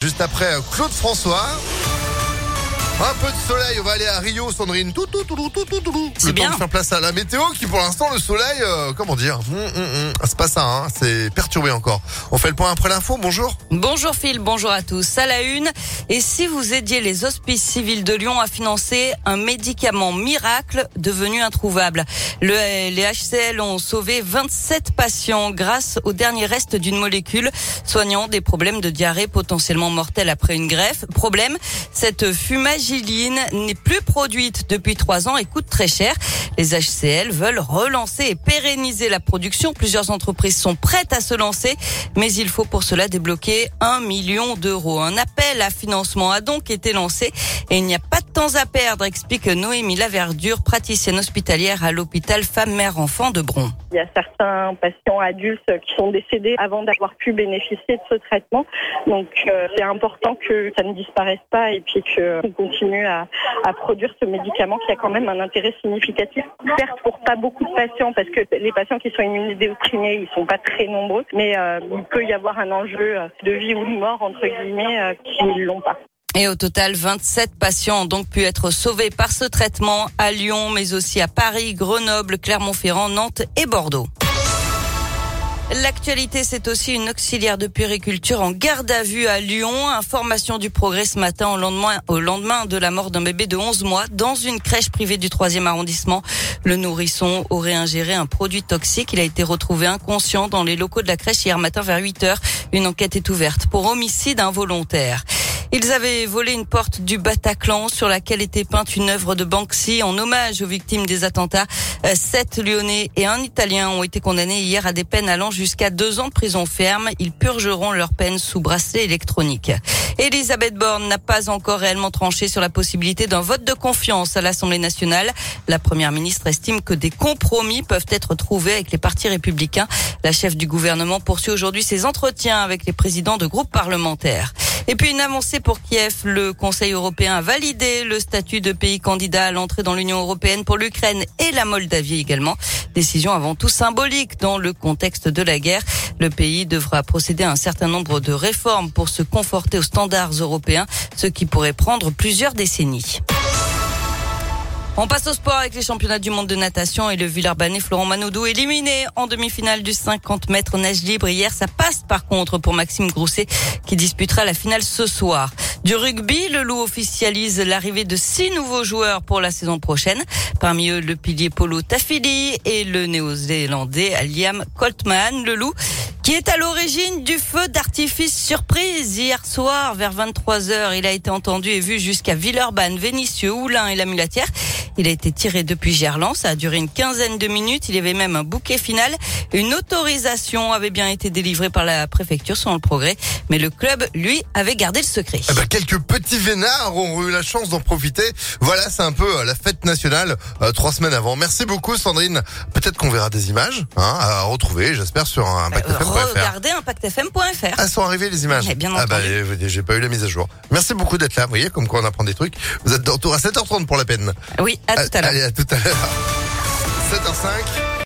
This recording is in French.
juste après Claude François. Un peu de soleil, on va aller à Rio, Sandrine. C'est bien. Temps de faire place à la météo qui, pour l'instant, le soleil, comment dire, c'est pas ça, hein, c'est perturbé encore. On fait le point après l'info, bonjour. Bonjour Phil, bonjour à tous. À la une, et si vous aidiez les hospices civils de Lyon à financer un médicament miracle devenu introuvable? Les HCL ont sauvé 27 patients grâce au dernier reste d'une molécule soignant des problèmes de diarrhée potentiellement mortels après une greffe. Problème, cette fumagiline n'est plus produite depuis 3 ans et coûte très cher. Les HCL veulent relancer et pérenniser la production. Plusieurs entreprises sont prêtes à se lancer, mais il faut pour cela débloquer 1 million d'euros. Un appel à financement a donc été lancé et il n'y a pas de temps à perdre, explique Noémie Laverdure, praticienne hospitalière à l'hôpital Femmes-Mères-Enfants de Bron. Il y a certains patients adultes qui sont décédés avant d'avoir pu bénéficier de ce traitement. Donc c'est important que ça ne disparaisse pas et puis qu'on continue à produire ce médicament qui a quand même un intérêt significatif. Certes pour pas beaucoup de patients parce que les patients qui sont immunodéprimés, ils sont pas très nombreux, mais il peut y avoir un enjeu de vie ou de mort entre guillemets qui ne l'ont pas. Et au total, 27 patients ont donc pu être sauvés par ce traitement à Lyon, mais aussi à Paris, Grenoble, Clermont-Ferrand, Nantes et Bordeaux. L'actualité, c'est aussi une auxiliaire de puériculture en garde à vue à Lyon. Information du Progrès ce matin au lendemain de la mort d'un bébé de 11 mois dans une crèche privée du 3e arrondissement. Le nourrisson aurait ingéré un produit toxique. Il a été retrouvé inconscient dans les locaux de la crèche hier matin vers 8h. Une enquête est ouverte pour homicide involontaire. Ils avaient volé une porte du Bataclan sur laquelle était peinte une œuvre de Banksy en hommage aux victimes des attentats. 7 Lyonnais et un Italien ont été condamnés hier à des peines allant jusqu'à 2 ans de prison ferme. Ils purgeront leur peine sous bracelet électronique. Elisabeth Borne n'a pas encore réellement tranché sur la possibilité d'un vote de confiance à l'Assemblée nationale. La première ministre estime que des compromis peuvent être trouvés avec les partis républicains. La chef du gouvernement poursuit aujourd'hui ses entretiens avec les présidents de groupes parlementaires. Et puis une avancée pour Kiev. Le Conseil européen a validé le statut de pays candidat à l'entrée dans l'Union européenne pour l'Ukraine et la Moldavie également. Décision avant tout symbolique dans le contexte de la guerre. Le pays devra procéder à un certain nombre de réformes pour se conforter aux standards européens, ce qui pourrait prendre plusieurs décennies. On passe au sport avec les championnats du monde de natation et le Villeurbanais Florent Manodou éliminé en demi-finale du 50 mètres nage libre hier. Ça passe par contre pour Maxime Grousset qui disputera la finale ce soir. Du rugby, le Loup officialise l'arrivée de 6 nouveaux joueurs pour la saison prochaine. Parmi eux, le pilier Polo Tafili et le néo-zélandais Liam Coltman. Le Loup qui est à l'origine du feu d'artifice surprise hier soir vers 23h. Il a été entendu et vu jusqu'à Villeurbanne, Vénissieux, Oulin et la Mulatière. Il a été tiré depuis Gerland. Ça a duré une quinzaine de minutes. Il y avait même un bouquet final. Une autorisation avait bien été délivrée par la préfecture selon le Progrès. Mais le club, lui, avait gardé le secret. Quelques petits vénards ont eu la chance d'en profiter. Voilà, c'est un peu la fête nationale 3 semaines avant. Merci beaucoup Sandrine. Peut-être qu'on verra des images à retrouver, j'espère, sur ImpactFM.fr. Regardez ImpactFM.fr. Elles sont arrivées les images. Bien entendu. J'ai pas eu la mise à jour. Merci beaucoup d'être là. Vous voyez, comme quoi on apprend des trucs. Vous êtes de retour à 7h30 pour la peine. Oui, à tout à l'heure. Allez, à tout à l'heure. 7h05.